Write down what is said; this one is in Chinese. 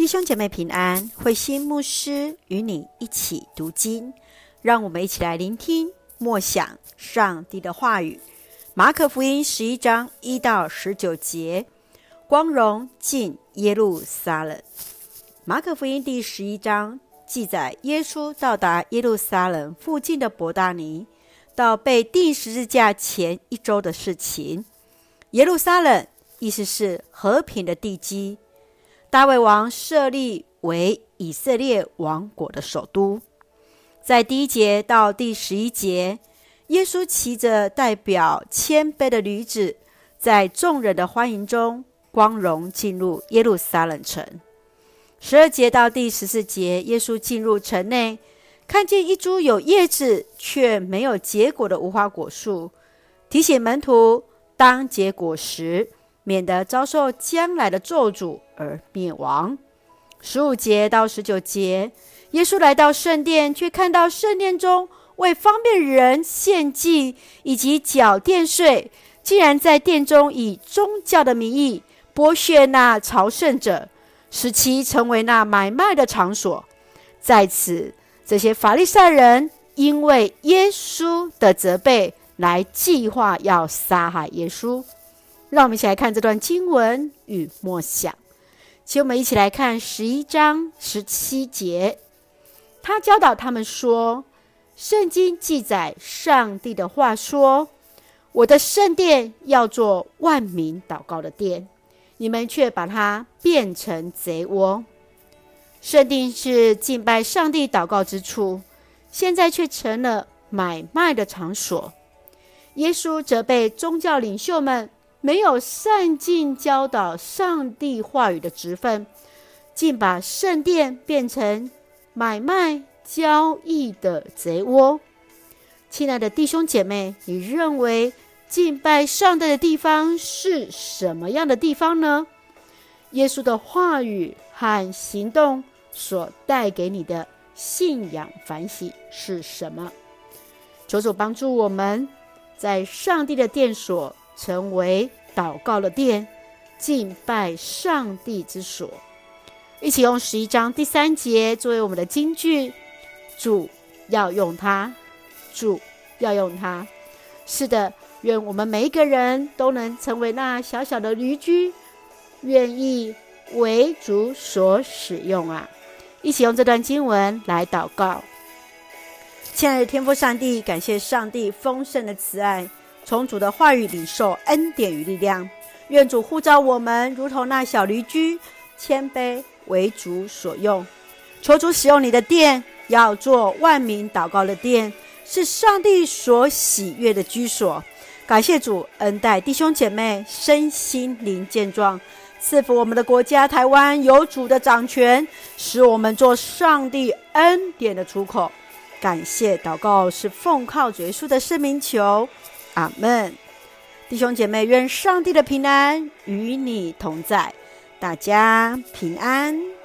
兄姐妹平安，慧馨牧师与你一起读经，让我们一起来聆听默想上帝的话语。马可福音11章1到19节，光荣进耶路撒冷。马可福音第11章记载耶稣到达耶路撒冷附近的伯大尼，到被钉十字架前1周的事情。耶路撒冷意思是和平的地基，大卫王设立为以色列王国的首都。在第1节到第11节，耶稣骑着代表谦卑的驴子，在众人的欢迎中光荣进入耶路撒冷城。12节到第14节，耶稣进入城内，看见一株有叶子却没有结果的无花果树，提醒门徒当结果实，免得遭受将来的咒诅而灭亡。15节到19节，耶稣来到圣殿，却看到圣殿中为方便人献祭以及缴殿税，竟然在殿中以宗教的名义剥削那朝圣者，使其成为那买卖的场所。在此，这些法利赛人因为耶稣的责备，来计划要杀害耶稣。让我们一起来看这段经文与默想。请我们一起来看11章17节，他教导他们说，圣经记载上帝的话说，我的圣殿要做万民祷告的殿，你们却把它变成贼窝。圣殿是敬拜上帝祷告之处，现在却成了买卖的场所。耶稣责备宗教领袖们没有善尽教导上帝话语的职分，竟把圣殿变成买卖交易的贼窝。亲爱的弟兄姐妹，你认为敬拜上帝的地方是什么样的地方呢？耶稣的话语和行动所带给你的信仰反省是什么？求主帮助我们，在上帝的殿所成为祷告的殿，敬拜上帝之所。一起用11章第3节作为我们的金句，主要用它，主要用它。是的，愿我们每一个人都能成为那小小的驴驹，愿意为主所使用啊！一起用这段经文来祷告。亲爱的天父上帝，感谢上帝丰盛的慈爱，从主的话语领受恩典与力量。愿主呼召我们如同那小驴驹，谦卑为主所用。求主使用你的殿，要做万民祷告的殿，是上帝所喜悦的居所。感谢主恩待弟兄姐妹身心灵健壮，赐福我们的国家台湾有主的掌权，使我们做上帝恩典的出口。感谢祷告是奉靠主耶稣的圣名求，阿们。弟兄姐妹，愿上帝的平安与你同在，大家平安。